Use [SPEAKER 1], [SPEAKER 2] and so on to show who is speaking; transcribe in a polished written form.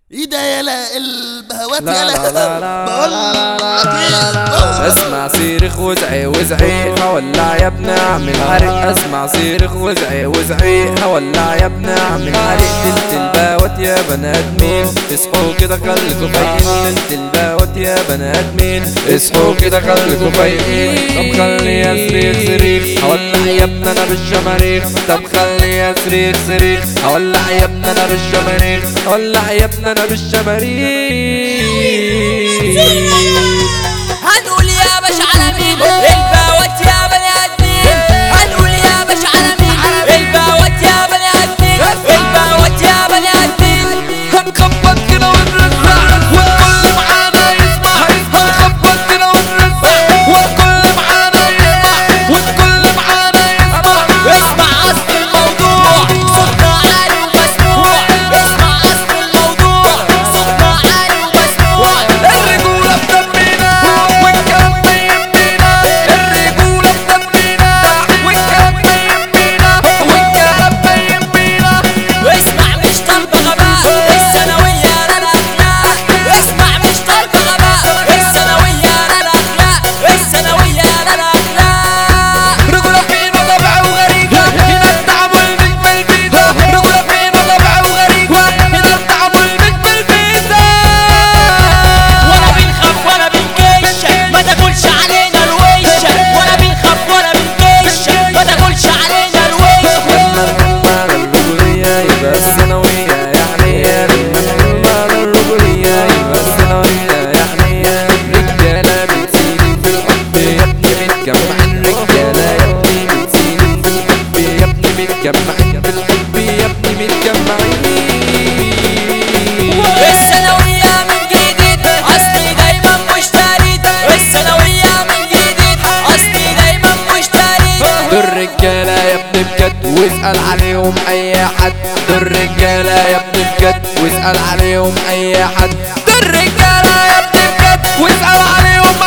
[SPEAKER 1] ايه ده يالا البهوات
[SPEAKER 2] لا
[SPEAKER 1] يالا.
[SPEAKER 2] لا لا لا
[SPEAKER 1] بقول
[SPEAKER 2] لا لا لا لا
[SPEAKER 1] لك
[SPEAKER 2] لا. اسمع صريخ وزعيق وزعيق هولع يا ابن اعمل حريق. اسمع صريخ وزعيق وزعيق هولع يا ابن اعمل حريق. تلت الباوت يا بني ادمين اصحوا كده خليكوا فايقين. تلت الباوت يا بني ادمين اصحوا كده خليكوا فايقين. طب خلي يا صريخ صريخ هولع يا ابن انا بالشماريخ. طب خلي يا صريخ صريخ هولع يا ابن انا بالشماريخ. هولع يا ابن انا بالشماريخ.
[SPEAKER 3] هنقول يا باش على مين الباوت يا بني ادمين. هنقول يا باش على مين الباوت يا بني ادمين. الباوت يا بني ادمين.
[SPEAKER 2] هنخبط كده ونرزع والكل معانا يسمع. هنخبط كده ونرزع والكل معانا يسمع. والكل معانا يسمع.
[SPEAKER 3] اسمع اصل الموضوع صوتنا عالي ومسموع. اسمع اصل الموضوع صوتنا عالي ومسموع.
[SPEAKER 2] الرجولة بدمنا والكلام ما يهمنا. الرجولة بدمنا والكلام ما يهمنا. والكلام ما يهمنا.
[SPEAKER 3] اسمع مش طالب غباء الثانوية لا الأخلاق. اسمع مش طالب غباء الثانوية لا الأخلاق. الثانوية لا الأخلاق.
[SPEAKER 2] رجولة فينا طبع وغريبة هنا التعامل مش بالفيزا. رجولة فينا طبع وغريبة هنا التعامل مش بالفيزا.
[SPEAKER 3] ولا بنخاف ولا بنكش ما تاكلش علينا الوش. ولا بنخاف ولا بنكش ما تاكلش علينا الوش.
[SPEAKER 2] لما نقوم على الرجولية يبقى الثانوية يعني لما نقوم على الرجولية يبقى الثانوية يعني الرجالة بتسيلي في الحب يا ابني متجمعين. رجالة يا ابني بتسيلي في الحب يا ابني متجمعين. في الحب يا ابني متجمعين.
[SPEAKER 3] الثانوية من جديد أصلي دايما مشتري. الثانوية من جديد أصلي دايما مشتري.
[SPEAKER 2] دول رجالة يا ابني بجد واسأل عليهم أي حد. دول رجالة يا ابني بجد واسأل عليهم أي حد. دول رجالة يا ابني بجد واسأل عليهم